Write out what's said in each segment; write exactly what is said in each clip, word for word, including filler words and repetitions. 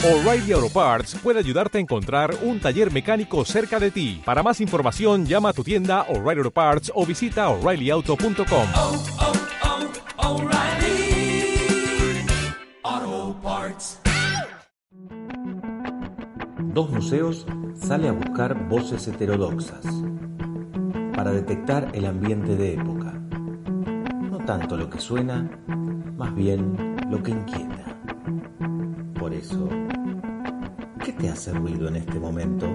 O'Reilly Auto Parts puede ayudarte a encontrar un taller mecánico cerca de ti. Para más información, llama a tu tienda O'Reilly Auto Parts o visita O'Reilly Auto punto com. Oh, oh, oh, O'Reilly Auto Parts. Dos Museos sale a buscar voces heterodoxas para detectar el ambiente de época. No tanto lo que suena, más bien lo que inquieta. Por eso, ¿qué te hace ruido en este momento?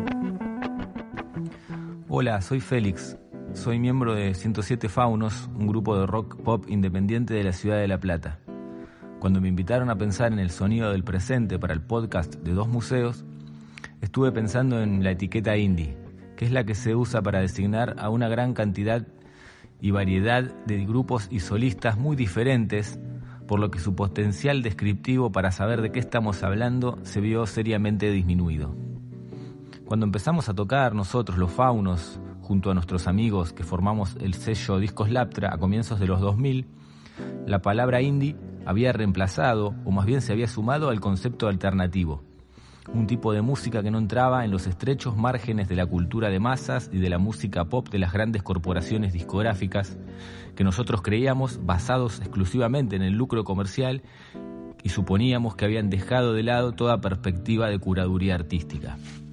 Hola, soy Félix. Soy miembro de ciento siete Faunos, un grupo de rock pop independiente de la ciudad de La Plata. Cuando me invitaron a pensar en el sonido del presente para el podcast de Dos Museos, estuve pensando en la etiqueta indie, que es la que se usa para designar a una gran cantidad y variedad de grupos y solistas muy diferentes, por lo que su potencial descriptivo para saber de qué estamos hablando se vio seriamente disminuido. Cuando empezamos a tocar nosotros los Faunos, junto a nuestros amigos que formamos el sello Discos Laptra a comienzos de los dos mil, la palabra indie había reemplazado, o más bien se había sumado al concepto alternativo, un tipo de música que no entraba en los estrechos márgenes de la cultura de masas y de la música pop de las grandes corporaciones discográficas que nosotros creíamos basados exclusivamente en el lucro comercial y suponíamos que habían dejado de lado toda perspectiva de curaduría artística.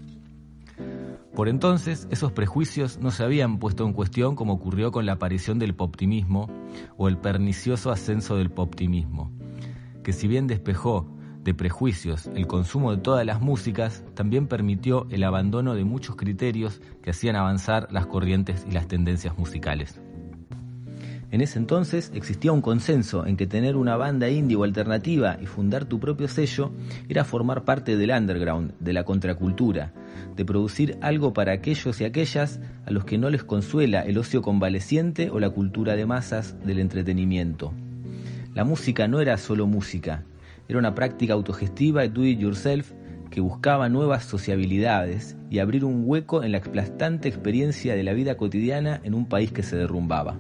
Por entonces, esos prejuicios no se habían puesto en cuestión como ocurrió con la aparición del poptimismo o el pernicioso ascenso del poptimismo, que si bien despejó de prejuicios el consumo de todas las músicas, también permitió el abandono de muchos criterios que hacían avanzar las corrientes y las tendencias musicales. En ese entonces existía un consenso en que tener una banda indie o alternativa y fundar tu propio sello era formar parte del underground, de la contracultura, de producir algo para aquellos y aquellas a los que no les consuela el ocio convaleciente o la cultura de masas del entretenimiento. La música no era solo música, era una práctica autogestiva y do it yourself que buscaba nuevas sociabilidades y abrir un hueco en la aplastante experiencia de la vida cotidiana en un país que se derrumbaba.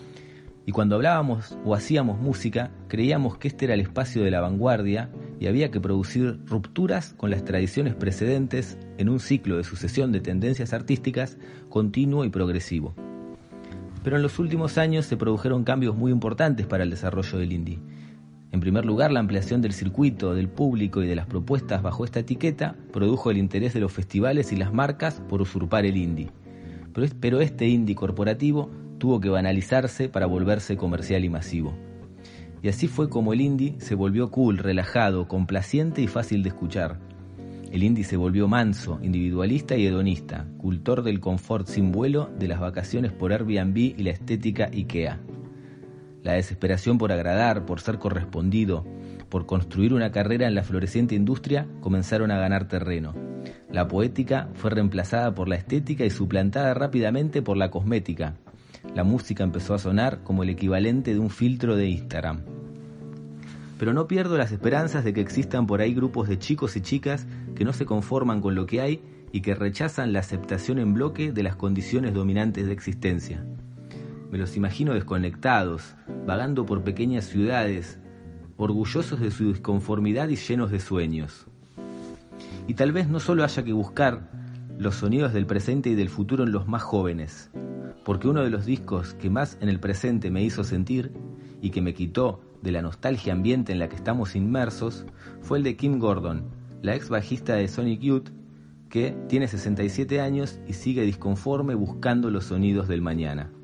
Y cuando hablábamos o hacíamos música, creíamos que este era el espacio de la vanguardia y había que producir rupturas con las tradiciones precedentes en un ciclo de sucesión de tendencias artísticas continuo y progresivo. Pero en los últimos años se produjeron cambios muy importantes para el desarrollo del indie. En primer lugar, la ampliación del circuito, del público y de las propuestas bajo esta etiqueta produjo el interés de los festivales y las marcas por usurpar el indie. Pero este indie corporativo tuvo que banalizarse para volverse comercial y masivo. Y así fue como el indie se volvió cool, relajado, complaciente y fácil de escuchar. El indie se volvió manso, individualista y hedonista, cultor del confort sin vuelo, de las vacaciones por Airbnb y la estética IKEA. La desesperación por agradar, por ser correspondido, por construir una carrera en la floreciente industria, comenzaron a ganar terreno. La poética fue reemplazada por la estética y suplantada rápidamente por la cosmética. La música empezó a sonar como el equivalente de un filtro de Instagram. Pero no pierdo las esperanzas de que existan por ahí grupos de chicos y chicas que no se conforman con lo que hay y que rechazan la aceptación en bloque de las condiciones dominantes de existencia. Me los imagino desconectados, vagando por pequeñas ciudades, orgullosos de su disconformidad y llenos de sueños. Y tal vez no solo haya que buscar los sonidos del presente y del futuro en los más jóvenes, porque uno de los discos que más en el presente me hizo sentir y que me quitó de la nostalgia ambiente en la que estamos inmersos fue el de Kim Gordon, la ex bajista de Sonic Youth, que tiene sesenta y siete años y sigue disconforme buscando los sonidos del mañana.